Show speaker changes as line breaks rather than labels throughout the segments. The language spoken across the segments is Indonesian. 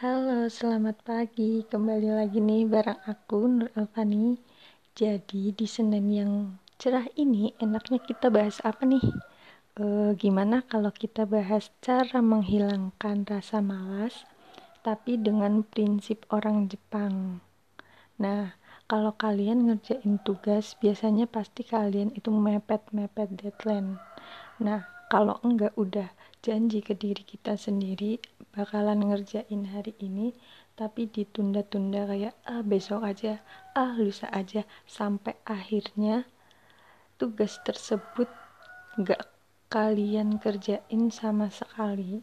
Halo, selamat pagi. Kembali lagi nih bareng aku, Nur Elvani. Jadi, di Senin yang cerah ini, enaknya kita bahas apa nih? Gimana kalau kita bahas cara menghilangkan rasa malas, tapi dengan prinsip orang Jepang? Nah, kalau kalian ngerjain tugas, biasanya pasti kalian itu mepet-mepet deadline. Nah, kalau enggak udah janji ke diri kita sendiri bakalan ngerjain hari ini, tapi ditunda-tunda kayak besok aja, lusa aja, sampai akhirnya tugas tersebut enggak kalian kerjain sama sekali.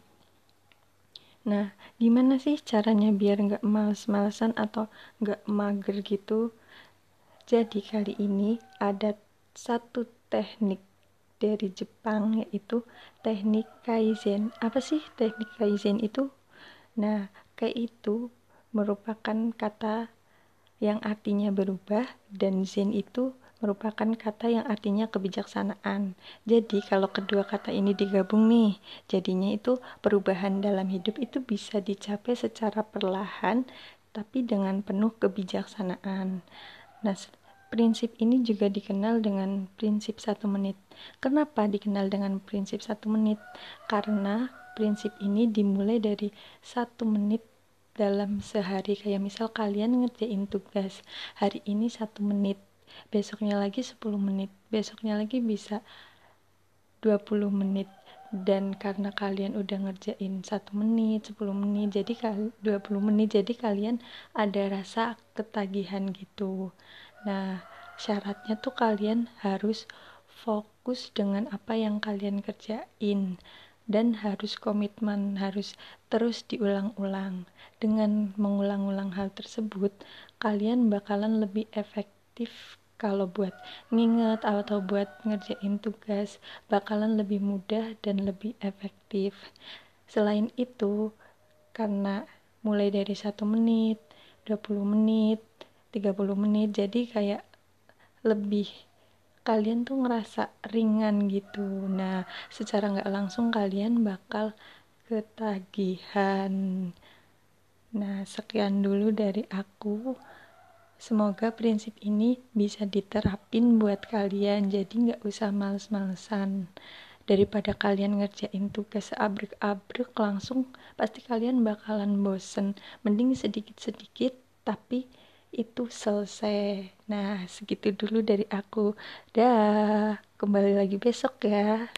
Nah, gimana sih caranya biar nggak males-malesan atau nggak mager gitu? Jadi kali ini ada satu teknik dari Jepang, yaitu teknik Kaizen. Apa sih teknik Kaizen itu? Nah, kayak itu merupakan kata yang artinya berubah, dan Zen itu merupakan kata yang artinya kebijaksanaan. Jadi kalau kedua kata ini digabung nih, jadinya itu perubahan dalam hidup itu bisa dicapai secara perlahan tapi dengan penuh kebijaksanaan. Nah, prinsip ini juga dikenal dengan prinsip 1 menit. Kenapa dikenal dengan prinsip 1 menit? Karena prinsip ini dimulai dari 1 menit dalam sehari. Kayak misal kalian ngerjain tugas hari ini 1 menit, besoknya lagi 10 menit, besoknya lagi bisa 20 menit. Dan karena kalian udah ngerjain 1 menit, 10 menit, jadi 20 menit, jadi kalian ada rasa ketagihan gitu. Nah, syaratnya tuh kalian harus fokus dengan apa yang kalian kerjain dan harus komitmen, harus terus diulang-ulang. Dengan mengulang-ulang hal tersebut, kalian bakalan lebih efektif. Kalau buat nginget atau buat ngerjain tugas, bakalan lebih mudah dan lebih efektif. Selain itu, karena mulai dari 1 menit, 20 menit, 30 menit, jadi kayak lebih kalian tuh ngerasa ringan gitu. Nah, secara nggak langsung kalian bakal ketagihan. Nah, sekian dulu dari aku. Semoga prinsip ini bisa diterapin buat kalian, jadi nggak usah males-malesan. Daripada kalian ngerjain tugas abrek-abrek langsung, pasti kalian bakalan bosen. Mending sedikit-sedikit tapi itu selesai. Nah, segitu dulu dari aku. Dah, kembali lagi besok ya.